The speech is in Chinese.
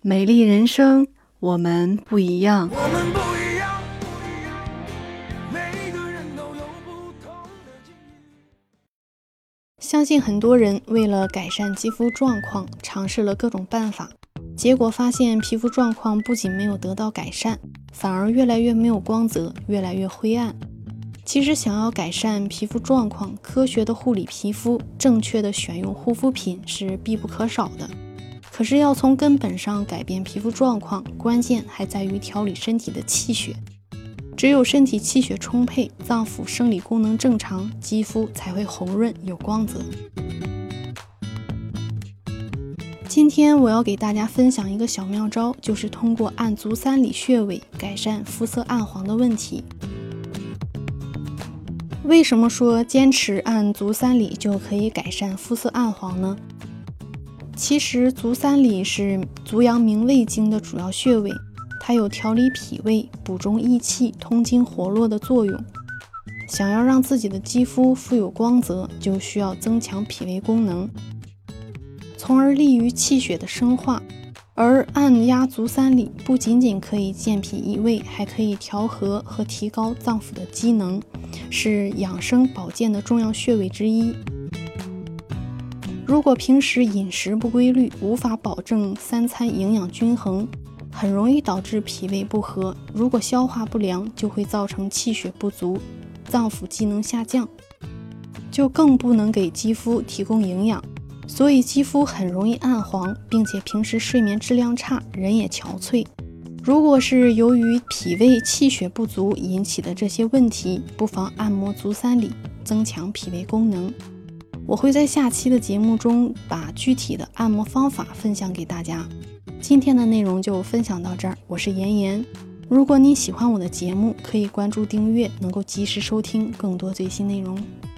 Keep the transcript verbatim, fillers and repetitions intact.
美丽人生，我们不一样。 我们不一样，不一样，每个人都有不同的境遇。 相信很多人为了改善肌肤状况，尝试了各种办法，结果发现皮肤状况不仅没有得到改善，反而越来越没有光泽，越来越灰暗。其实想要改善皮肤状况，科学的护理皮肤，正确的选用护肤品是必不可少的。可是要从根本上改变皮肤状况，关键还在于调理身体的气血。只有身体气血充沛，脏腑生理功能正常，肌肤才会红润有光泽。今天我要给大家分享一个小妙招，就是通过按足三里穴位改善肤色暗黄的问题。为什么说坚持按足三里就可以改善肤色暗黄呢？其实足三里是足阳明胃经的主要穴位，它有调理脾胃、补中益气、通经活络的作用。想要让自己的肌肤富有光泽，就需要增强脾胃功能，从而利于气血的生化。而按压足三里不仅仅可以健脾益胃，还可以调和和提高脏腑的机能，是养生保健的重要穴位之一。如果平时饮食不规律，无法保证三餐营养均衡，很容易导致脾胃不和，如果消化不良，就会造成气血不足，脏腑机能下降，就更不能给肌肤提供营养，所以肌肤很容易暗黄，并且平时睡眠质量差，人也憔悴。如果是由于脾胃气血不足引起的这些问题，不妨按摩足三里，增强脾胃功能。我会在下期的节目中把具体的按摩方法分享给大家。今天的内容就分享到这儿，我是妍妍。如果你喜欢我的节目，可以关注订阅，能够及时收听更多最新内容。